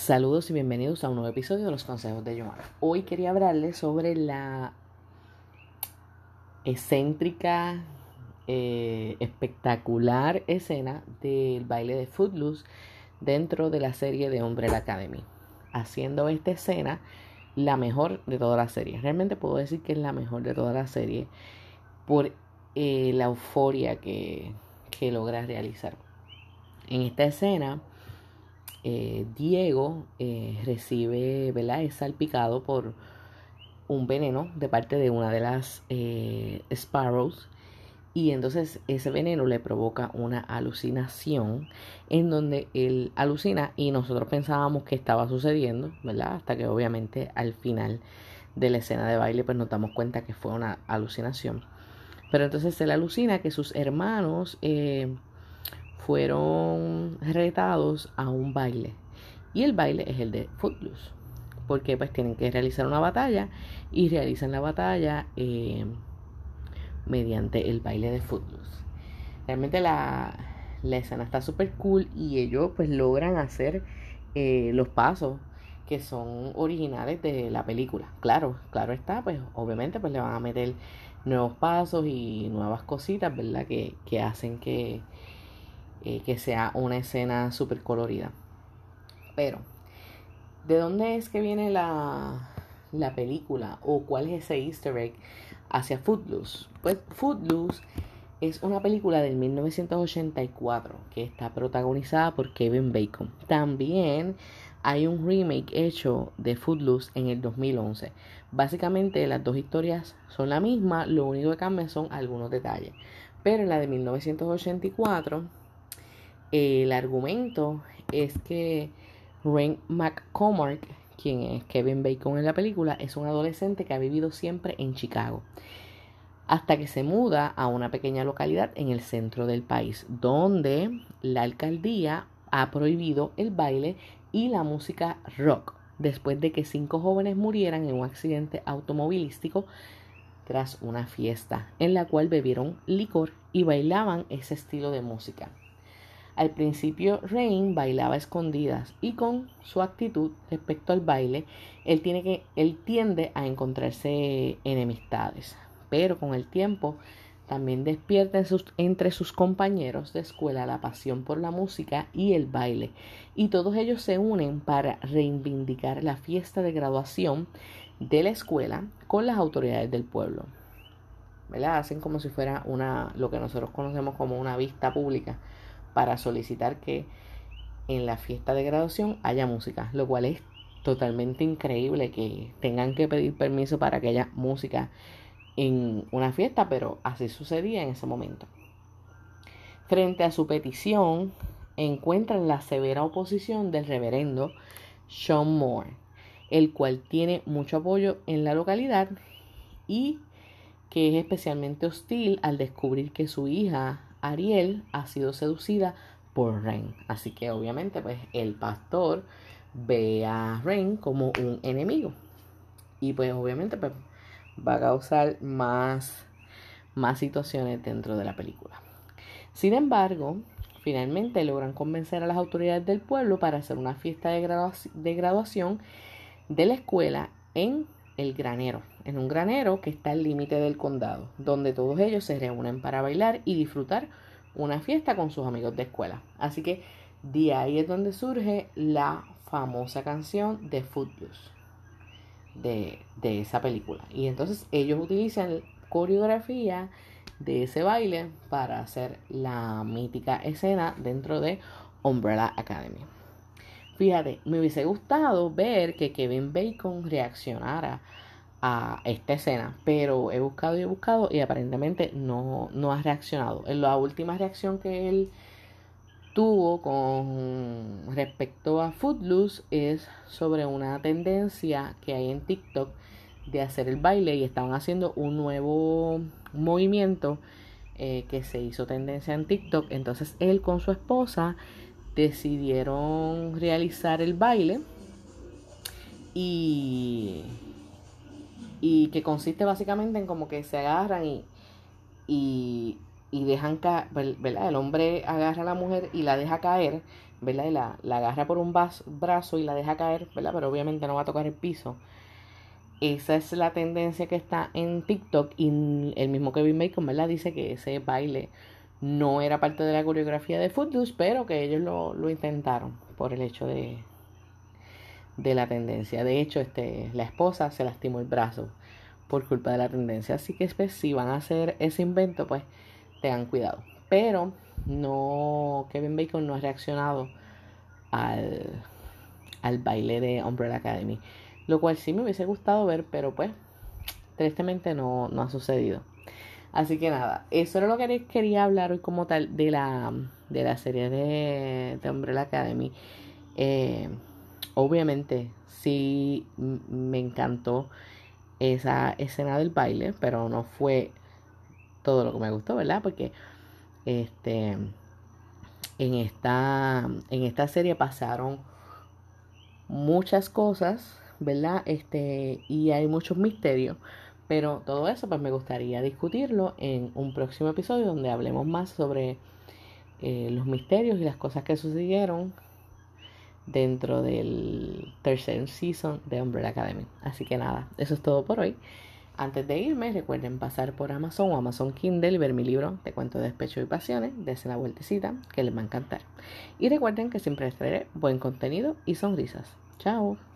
Saludos y bienvenidos a un nuevo episodio de Los Consejos de Yomar. Hoy quería hablarles sobre la excéntrica, espectacular escena del baile de Footloose dentro de la serie de Umbrella Academy, haciendo esta escena la mejor de toda la serie. Realmente puedo decir que es la mejor de toda la serie por la euforia que logra realizar. En esta escena, Diego recibe, ¿verdad? Es salpicado por un veneno de parte de una de las Sparrows, y entonces ese veneno le provoca una alucinación en donde él alucina y nosotros pensábamos que estaba sucediendo, ¿verdad? Hasta que obviamente al final de la escena de baile pues nos damos cuenta que fue una alucinación. Pero entonces él alucina que sus hermanos fueron retados a un baile, y el baile es el de Footloose, porque pues tienen que realizar una batalla y realizan la batalla mediante el baile de Footloose. Realmente la escena está súper cool y ellos pues logran hacer los pasos que son originales de la película. Claro está, pues obviamente pues le van a meter nuevos pasos y nuevas cositas, ¿verdad? Que hacen que sea una escena súper colorida. Pero, ¿de dónde es que viene la película? ¿O cuál es ese easter egg hacia Footloose? Pues Footloose es una película del 1984 que está protagonizada por Kevin Bacon. También hay un remake hecho de Footloose en el 2011. Básicamente las dos historias son la misma, lo único que cambia son algunos detalles. Pero en la de 1984, el argumento es que Rain McCormack, quien es Kevin Bacon en la película, es un adolescente que ha vivido siempre en Chicago, hasta que se muda a una pequeña localidad en el centro del país, donde la alcaldía ha prohibido el baile y la música rock, después de que 5 jóvenes murieran en un accidente automovilístico tras una fiesta en la cual bebieron licor y bailaban ese estilo de música. Al principio Rain bailaba a escondidas, y con su actitud respecto al baile, él tiende a encontrarse enemistades. Pero con el tiempo también despierta entre sus compañeros de escuela la pasión por la música y el baile, y todos ellos se unen para reivindicar la fiesta de graduación de la escuela con las autoridades del pueblo, ¿verdad? Hacen como si fuera lo que nosotros conocemos como una vista pública para solicitar que en la fiesta de graduación haya música, lo cual es totalmente increíble que tengan que pedir permiso para que haya música en una fiesta, pero así sucedía en ese momento. Frente a su petición, encuentran la severa oposición del reverendo Sean Moore, el cual tiene mucho apoyo en la localidad y que es especialmente hostil al descubrir que su hija Ariel ha sido seducida por Rain. Así que obviamente pues el pastor ve a Rain como un enemigo, y pues obviamente pues va a causar más situaciones dentro de la película. Sin embargo, finalmente logran convencer a las autoridades del pueblo para hacer una fiesta de graduación de la escuela en en un granero que está al límite del condado, donde todos ellos se reúnen para bailar y disfrutar una fiesta con sus amigos de escuela. Así que de ahí es donde surge la famosa canción de Footloose de esa película. Y entonces ellos utilizan coreografía de ese baile para hacer la mítica escena dentro de Umbrella Academy. Fíjate, me hubiese gustado ver que Kevin Bacon reaccionara a esta escena, pero he buscado y aparentemente no ha reaccionado. En la última reacción que él tuvo con respecto a Footloose es sobre una tendencia que hay en TikTok de hacer el baile, y estaban haciendo un nuevo movimiento que se hizo tendencia en TikTok. Entonces él con su esposa decidieron realizar el baile, y que consiste básicamente en como que se agarran y y dejan caer, ¿verdad? El hombre agarra a la mujer y la deja caer, ¿verdad? Y la agarra por un brazo y la deja caer, ¿verdad? Pero obviamente no va a tocar el piso. Esa es la tendencia que está en TikTok y el mismo Kevin Bacon, ¿verdad? Dice que ese baile no era parte de la coreografía de Footloose, pero que ellos lo intentaron por el hecho de la tendencia. De hecho, la esposa se lastimó el brazo por culpa de la tendencia. Así que pues, si van a hacer ese invento, pues tengan cuidado. Pero no, Kevin Bacon no ha reaccionado al, al baile de Umbrella Academy. Lo cual sí me hubiese gustado ver, pero pues tristemente no ha sucedido. Así que nada, eso era lo que quería hablar hoy como tal de la serie de Umbrella Academy. Eh, Obviamente sí me encantó esa escena del baile, pero no fue todo lo que me gustó, ¿verdad? Porque este en esta serie pasaron muchas cosas, ¿verdad? Y hay muchos misterios, pero todo eso pues me gustaría discutirlo en un próximo episodio donde hablemos más sobre los misterios y las cosas que sucedieron dentro del tercer season de Umbrella Academy. Así que nada, eso es todo por hoy. Antes de irme, recuerden pasar por Amazon o Amazon Kindle y ver mi libro de cuentos de despecho y pasiones. Dense la vueltecita, que les va a encantar. Y recuerden que siempre les traeré buen contenido y sonrisas. Chao.